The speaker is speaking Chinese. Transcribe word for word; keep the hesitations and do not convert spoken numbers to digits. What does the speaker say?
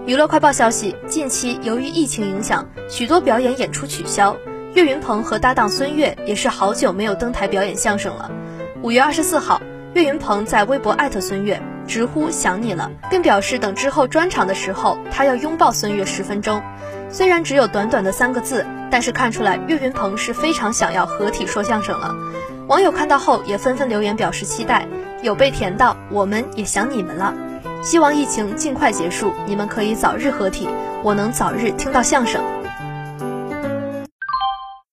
娱乐快报消息，近期由于疫情影响，许多表演演出取消。岳云鹏和搭档孙越也是好久没有登台表演相声了。五月二十四号，岳云鹏在微博艾特孙越，直呼想你了，并表示等之后专场的时候，他要拥抱孙越十分钟。虽然只有短短的三个字，但是看出来岳云鹏是非常想要合体说相声了。网友看到后也纷纷留言表示期待，有被甜到，我们也想你们了。希望疫情尽快结束，你们可以早日合体，我能早日听到相声。